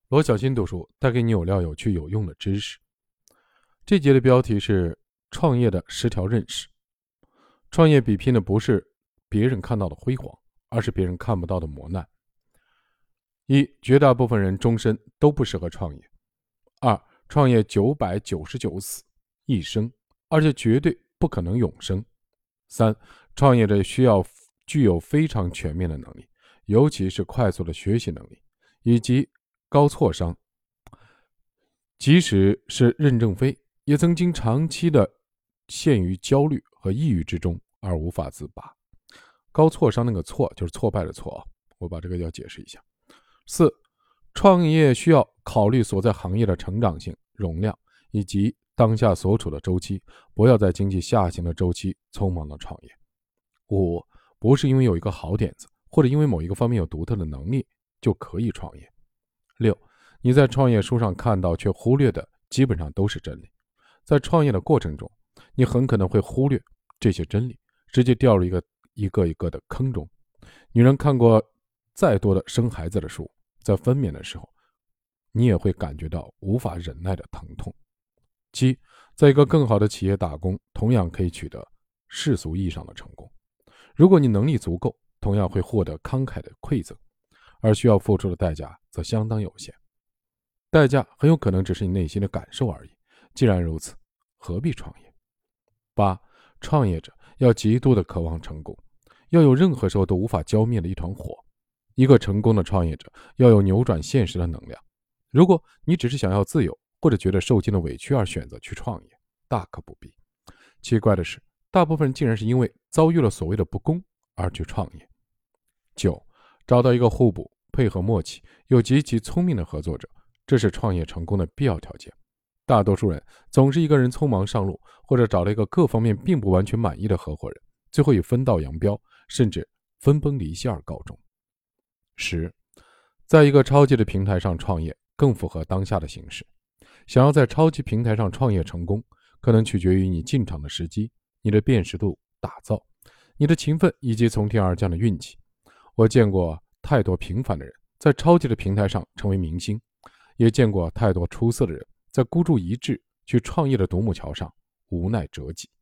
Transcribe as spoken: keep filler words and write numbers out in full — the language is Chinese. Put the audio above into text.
罗小新读书带给你有料、有趣、有用的知识。这节的标题是创业的十条认识。创业比拼的不是别人看到的辉煌，而是别人看不到的磨难。一、绝大部分人终身都不适合创业。二、创业九百九十九死一生，而且绝对不可能永生。三、创业者需要具有非常全面的能力，尤其是快速的学习能力，以及高挫伤。即使是任正非也曾经长期的陷于焦虑和抑郁之中而无法自拔。高挫伤那个挫就是挫败的挫啊，我把这个要解释一下。四、创业需要考虑所在行业的成长性、容量以及当下所处的周期，不要在经济下行的周期匆忙的创业。五、不是因为有一个好点子或者因为某一个方面有独特的能力就可以创业。六、你在创业书上看到却忽略的基本上都是真理。在创业的过程中，你很可能会忽略这些真理，直接掉入一个一个一个的坑中。女人看过再多的生孩子的书，在分娩的时候，你也会感觉到无法忍耐的疼痛。七、在一个更好的企业打工，同样可以取得世俗意义上的成功。如果你能力足够，同样会获得慷慨的馈赠，而需要付出的代价则相当有限。代价很有可能只是你内心的感受而已。既然如此，何必创业？八、创业者要极度的渴望成功，要有任何时候都无法浇灭的一团火。一个成功的创业者要有扭转现实的能量。如果你只是想要自由，或者觉得受尽了委屈而选择去创业，大可不必。奇怪的是，大部分人竟然是因为遭遇了所谓的不公而去创业。九、找到一个互补、配合默契又极其聪明的合作者，这是创业成功的必要条件。大多数人总是一个人匆忙上路，或者找了一个各方面并不完全满意的合伙人，最后以分道扬镳，甚至分崩离析而告终。十、在一个超级的平台上创业更符合当下的形势。想要在超级平台上创业成功，可能取决于你进场的时机、你的辨识度、打造、你的勤奋以及从天而降的运气。我见过太多平凡的人在超级的平台上成为明星，也见过太多出色的人在孤注一掷去创业的独木桥上无奈折戟。